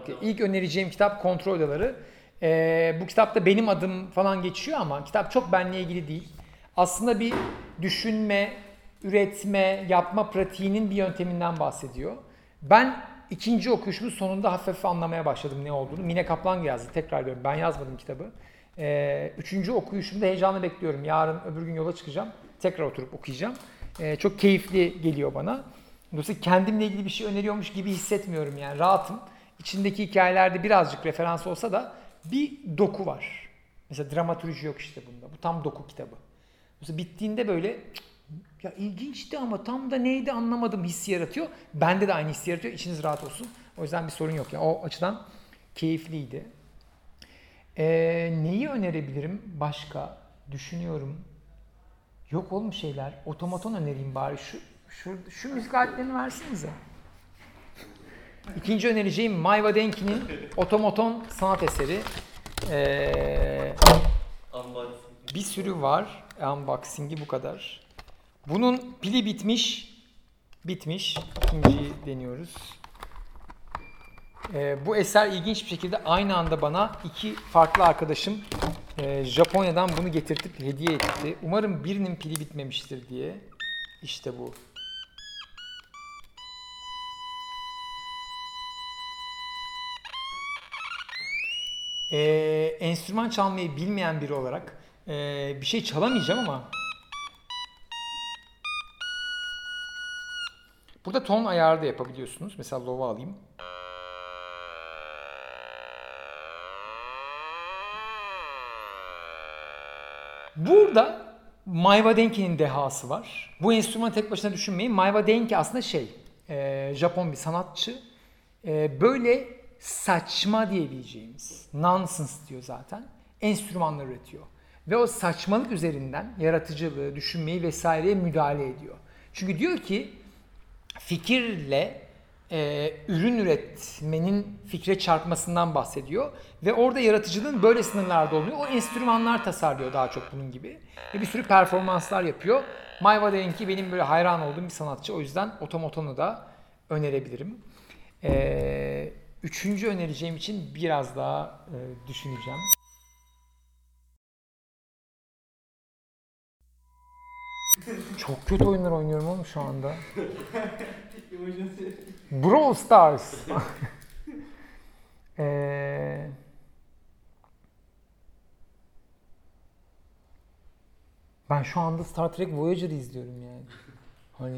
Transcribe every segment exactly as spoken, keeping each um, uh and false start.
yok. İlk önereceğim kitap Kontrol Odaları. Ee, bu kitapta benim adım falan geçiyor ama kitap çok benimle ilgili değil. Aslında bir düşünme, üretme, yapma pratiğinin bir yönteminden bahsediyor. Ben ikinci okuyuşumun sonunda hafif hafif anlamaya başladım ne olduğunu. Mine Kaplan yazdı. Tekrar diyorum, ben yazmadım kitabı. Ee, üçüncü okuyuşumda heyecanla bekliyorum. Yarın öbür gün yola çıkacağım. Tekrar oturup okuyacağım. Ee, çok keyifli geliyor bana. Dolayısıyla kendimle ilgili bir şey öneriyormuş gibi hissetmiyorum yani. Rahatım. İçindeki hikayelerde birazcık referans olsa da bir doku var. Mesela dramatürji yok işte bunda. Bu tam doku kitabı. Mesela bittiğinde böyle ya ilginçti ama tam da neydi anlamadım hissi yaratıyor. Bende de aynı hissi yaratıyor. İçiniz rahat olsun. O yüzden bir sorun yok. Yani o açıdan keyifliydi. Ee, neyi önerebilirim başka? Düşünüyorum. Yok oğlum şeyler. Otomaton önereyim bari. Şu, şu, şu müzik aletlerini versenize. İkinci önereceğim Maywa Denki'nin Otomaton sanat eseri. Ee, bir sürü var. Unboxing'i bu kadar. Bunun pili bitmiş. Bitmiş. İkinciyi deniyoruz. Ee, bu eser ilginç bir şekilde aynı anda bana iki farklı arkadaşım e, Japonya'dan bunu getirtip hediye etti. Umarım birinin pili bitmemiştir diye. İşte bu. Ee, enstrüman çalmayı bilmeyen biri olarak e, bir şey çalamayacağım ama burada ton ayarı da yapabiliyorsunuz. Mesela low'a alayım. Burada Maywa Denki'nin dehası var. Bu enstrümanı tek başına düşünmeyin. Maywa Denki aslında şey, e, Japon bir sanatçı. E, böyle saçma diyebileceğimiz, nonsense diyor zaten, enstrümanlar üretiyor. Ve o saçmalık üzerinden yaratıcılığı, düşünmeyi vesaireye müdahale ediyor. Çünkü diyor ki fikirle e, ürün üretmenin fikre çarpmasından bahsediyor. Ve orada yaratıcılığın böyle sınırlarda olmuyor. O enstrümanlar tasarlıyor daha çok bunun gibi. Ve bir sürü performanslar yapıyor. Maywa Denki benim böyle hayran olduğum bir sanatçı. O yüzden Otomaton'u da önerebilirim. Ee, üçüncü önereceğim için biraz daha e, düşüneceğim. Çok kötü oyunlar oynuyorum oğlum şu anda. Brawl Stars. ee, ben şu anda Star Trek Voyager'ı izliyorum yani. Hani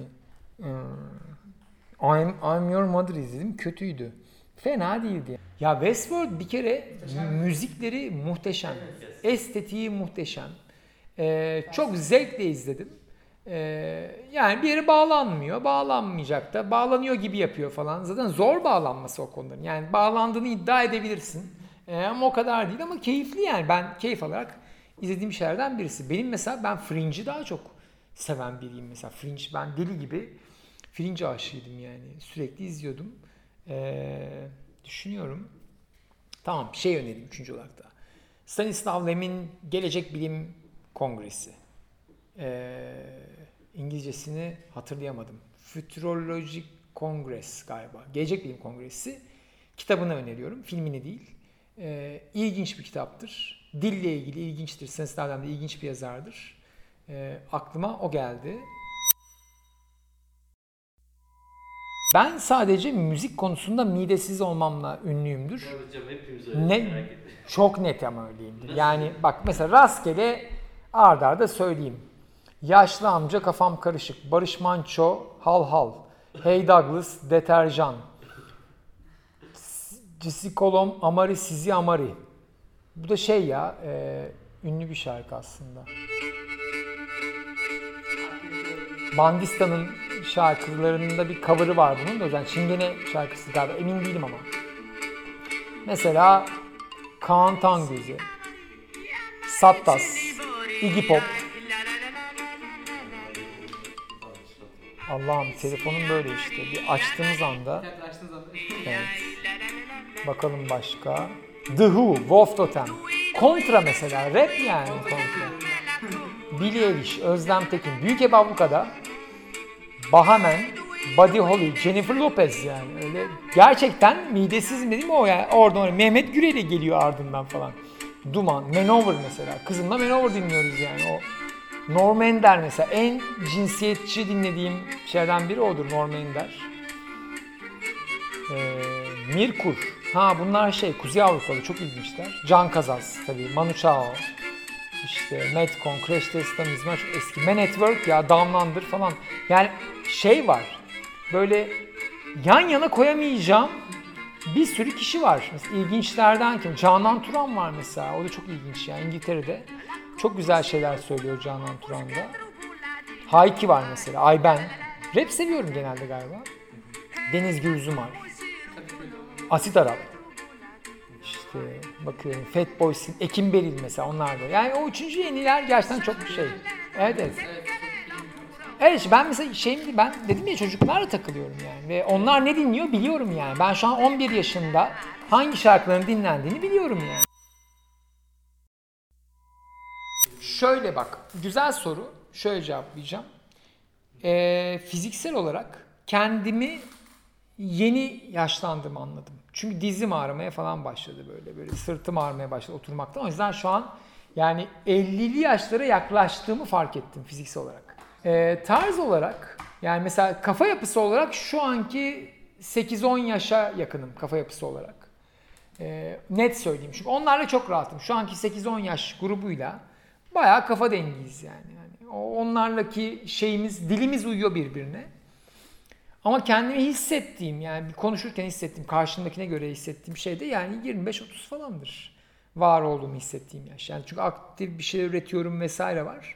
I'm, I'm Your Mother izledim. Kötüydü. Fena değildi. Ya Westworld bir kere müzikleri muhteşem. Estetiği muhteşem. Ee, çok zevkle izledim. Ee, yani bir yere bağlanmıyor. Bağlanmayacak da. Bağlanıyor gibi yapıyor falan. Zaten zor bağlanması o konuların. Yani bağlandığını iddia edebilirsin. Ee, ama o kadar değil ama keyifli yani. Ben keyif alarak izlediğim şeylerden birisi. Benim mesela ben Fringe'i daha çok seven biriyim mesela. Fringe ben deli gibi Fringe aşığıydım yani. Sürekli izliyordum. Ee, düşünüyorum. Tamam şey önereyim üçüncü olarak da. Stanislav Lem'in Gelecek Bilim Kongresi. Ee, İngilizcesini hatırlayamadım. Futurologic Congress galiba. Gelecek Bilim Kongresi. Kitabını öneriyorum. Filmini değil. Ee, ilginç bir kitaptır. Dille ilgili ilginçtir. Stanislav Lem de ilginç bir yazardır. Ee, aklıma o geldi. Ben sadece müzik konusunda midesiz olmamla ünlüyümdür. Hocam hepimiz öyle ne, merak ettim. Çok net ama öyleyimdir. Yani bak mesela rastgele ard arda söyleyeyim. Yaşlı amca kafam karışık. Barış Manço hal hal. Hey Douglas deterjan. Cisikolom amari sizi amari. Bu da şey ya e, ünlü bir şarkı aslında. Bandistan'ın şarkılarında bir cover'ı var bunun da. O yüzden Çingene şarkısı galiba. Emin değilim ama. Mesela Kaan Tangöze, Sattas, Iggy Pop. Allah'ım telefonum böyle işte. Bir açtığımız anda. Evet. Bakalım başka. The Who, Wolf Totem. Kontra mesela. Rap yani Kontra. Billie Eilish, Özlem Tekin. Büyük Ev Abluka'da Bahamen, Buddy Holly, Jennifer Lopez yani öyle gerçekten midesiz mi değil mi o yani oradan oraya Mehmet Gürel'e geliyor ardından falan. Duman, Manowar mesela. Kızımla Manowar dinliyoruz yani o. Norm Ender mesela en cinsiyetçi dinlediğim şeylerden biri odur Norm Ender. Ee, Mirkur. Ha bunlar şey Kuzey Avrupalı çok ilginçler. Can Kazaz tabii, Manu Chao. İşte Metcon, Crash Test Dummies çok eski. Man at Work ya, Down Under falan. Yani şey var. Böyle yan yana koyamayacağım bir sürü kişi var. Mesela ilginçlerden kim? Canan Turan var mesela. O da çok ilginç yani İngiltere'de. Çok güzel şeyler söylüyor Canan Turan'da. Hayki var mesela. Ayben. Rap seviyorum genelde galiba. Deniz Gülzumar. Asit Arap. İşte bakıyorum Fatboy Slim, Ekim Beril mesela onlar da. Yani o üçüncü yeniler gerçekten çok şey. Evet evet. Evet işte ben mesela şeyim ben dedim ya çocuklarla takılıyorum yani ve onlar ne dinliyor biliyorum yani. Ben şu an on bir yaşında hangi şarkıların dinlendiğini biliyorum yani. Şöyle bak güzel soru. Şöyle cevaplayacağım. Ee, fiziksel olarak kendimi yeni yaşlandığımı anladım. Çünkü dizim ağrımaya falan başladı böyle böyle sırtım ağrımaya başladı oturmaktan. O yüzden şu an yani ellili yaşlara yaklaştığımı fark ettim fiziksel olarak. Ee, tarz olarak yani mesela kafa yapısı olarak şu anki sekiz on yaşa yakınım kafa yapısı olarak. Ee, net söyleyeyim çünkü onlarla çok rahatım. Şu anki sekiz on yaş grubuyla bayağı kafa dengiyiz yani. yani onlarlaki şeyimiz, dilimiz uyuyor birbirine. Ama kendimi hissettiğim yani bir konuşurken hissettiğim, karşımdakine göre hissettiğim şey de yani yirmi beş otuz falandır. Var olduğumu hissettiğim yaş. Yani çünkü aktif bir şey üretiyorum vesaire var.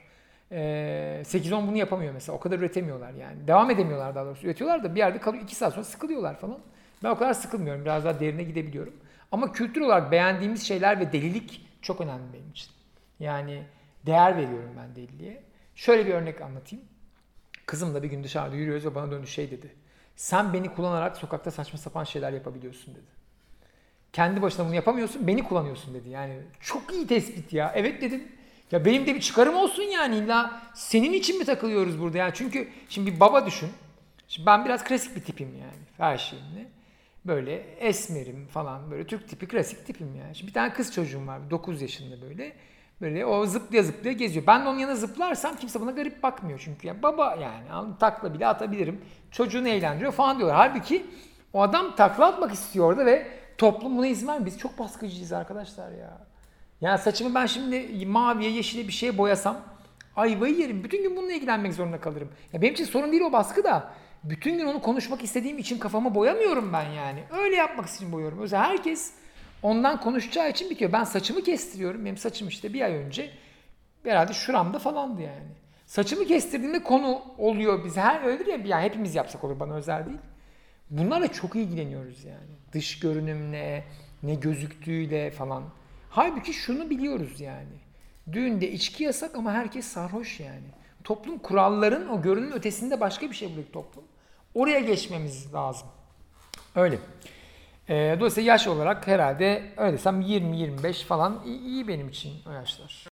Ee, sekiz on bunu yapamıyor mesela. O kadar üretemiyorlar yani. Devam edemiyorlar daha doğrusu. Üretiyorlar da bir yerde kalıyor. iki saat sonra sıkılıyorlar falan. Ben o kadar sıkılmıyorum. Biraz daha derine gidebiliyorum. Ama kültür olarak beğendiğimiz şeyler ve delilik çok önemli benim için. Yani değer veriyorum ben deliliğe. Şöyle bir örnek anlatayım. Kızımla bir gün dışarıda yürüyoruz ve bana döndü şey dedi. Sen beni kullanarak sokakta saçma sapan şeyler yapabiliyorsun dedi. Kendi başına bunu yapamıyorsun, beni kullanıyorsun dedi. Yani çok iyi tespit ya. Evet dedim. Ya benim de bir çıkarım olsun yani illa senin için mi takılıyoruz burada yani? Çünkü şimdi bir baba düşün. Şimdi ben biraz klasik bir tipim yani her şeyimle. Böyle esmerim falan böyle Türk tipi klasik tipim yani. Şimdi bir tane kız çocuğum var dokuz yaşında böyle. Böyle o zıplaya zıplaya geziyor. Ben de onun yanına zıplarsam kimse bana garip bakmıyor çünkü. Yani baba yani takla bile atabilirim. Çocuğunu eğlendiriyor falan diyorlar. Halbuki o adam takla atmak istiyor orada ve toplum buna izin vermiyor. Biz çok baskıcıyız arkadaşlar ya. Yani saçımı ben şimdi maviye yeşile bir şeye boyasam ayvayı yerim. Bütün gün bununla ilgilenmek zorunda kalırım. Ya benim için sorun değil o baskı da. Bütün gün onu konuşmak istediğim için kafamı boyamıyorum ben yani. Öyle yapmak için boyuyorum. Özellikle herkes ondan konuşacağı için bitiyor. Ben saçımı kestiriyorum. Benim saçım işte bir ay önce herhalde şuramda falandı yani. Saçımı kestirdiğimde konu oluyor bize. Her öyledir ya yani hepimiz yapsak olur bana özel değil. Bunlarla çok ilgileniyoruz yani. Dış görünümle, ne gözüktüğüyle falan. Halbuki şunu biliyoruz yani. Düğünde içki yasak ama herkes sarhoş yani. Toplum kuralların o görünüm ötesinde başka bir şey buluyor toplum. Oraya geçmemiz lazım. Öyle. Ee, dolayısıyla yaş olarak herhalde öyle desem yirmi yirmi beş falan iyi, iyi benim için o yaşlar.